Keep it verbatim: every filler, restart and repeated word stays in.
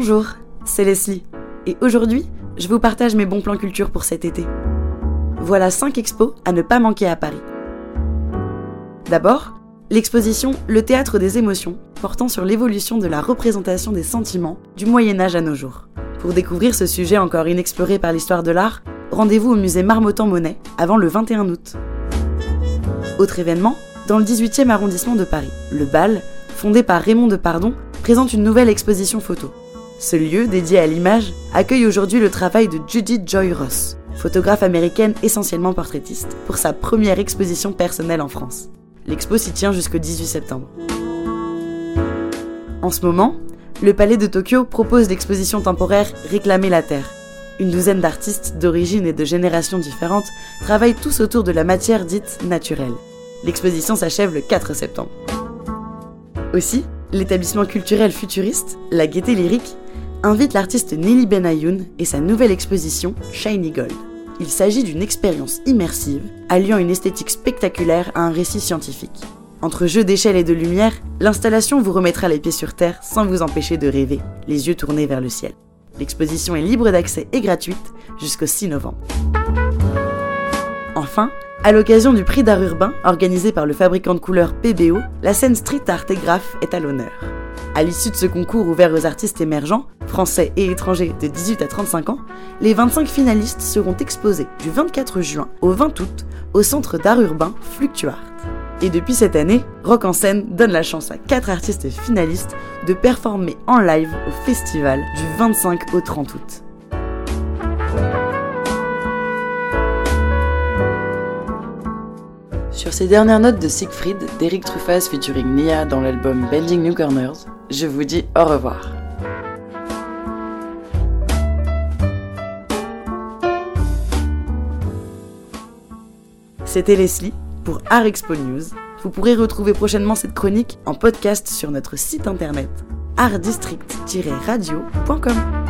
Bonjour, c'est Leslie, et aujourd'hui, je vous partage mes bons plans culture pour cet été. Voilà cinq expos à ne pas manquer à Paris. D'abord, l'exposition Le Théâtre des émotions, portant sur l'évolution de la représentation des sentiments du Moyen-Âge à nos jours. Pour découvrir ce sujet encore inexploré par l'histoire de l'art, rendez-vous au musée Marmottan-Monet avant le vingt et un août. Autre événement, dans le dix-huitième arrondissement de Paris, le Bal, fondé par Raymond Depardon, présente une nouvelle exposition photo. Ce lieu, dédié à l'image, accueille aujourd'hui le travail de Judith Joy Ross, photographe américaine essentiellement portraitiste, pour sa première exposition personnelle en France. L'expo s'y tient jusqu'au dix-huit septembre. En ce moment, le Palais de Tokyo propose l'exposition temporaire Réclamer la Terre. Une douzaine d'artistes d'origines et de générations différentes travaillent tous autour de la matière dite naturelle. L'exposition s'achève le quatre septembre. Aussi, l'établissement culturel futuriste, la Gaîté Lyrique, invite l'artiste Nelly Benayoun et sa nouvelle exposition Shiny Gold. Il s'agit d'une expérience immersive, alliant une esthétique spectaculaire à un récit scientifique. Entre jeux d'échelle et de lumière, l'installation vous remettra les pieds sur terre sans vous empêcher de rêver, les yeux tournés vers le ciel. L'exposition est libre d'accès et gratuite jusqu'au six novembre. Enfin, à l'occasion du prix d'art urbain organisé par le fabricant de couleurs P B O, la scène street art et graph est à l'honneur. À l'issue de ce concours ouvert aux artistes émergents, français et étrangers de dix-huit à trente-cinq ans, les vingt-cinq finalistes seront exposés du vingt-quatre juin au vingt août au centre d'art urbain Fluctuart. Et depuis cette année, Rock en scène donne la chance à quatre artistes finalistes de performer en live au festival du vingt-cinq au trente août. Sur ces dernières notes de Siegfried, d'Eric Truffaz featuring Nia dans l'album Bending New Corners, je vous dis au revoir. C'était Leslie pour Art Expo News. Vous pourrez retrouver prochainement cette chronique en podcast sur notre site internet art district tiret radio point com.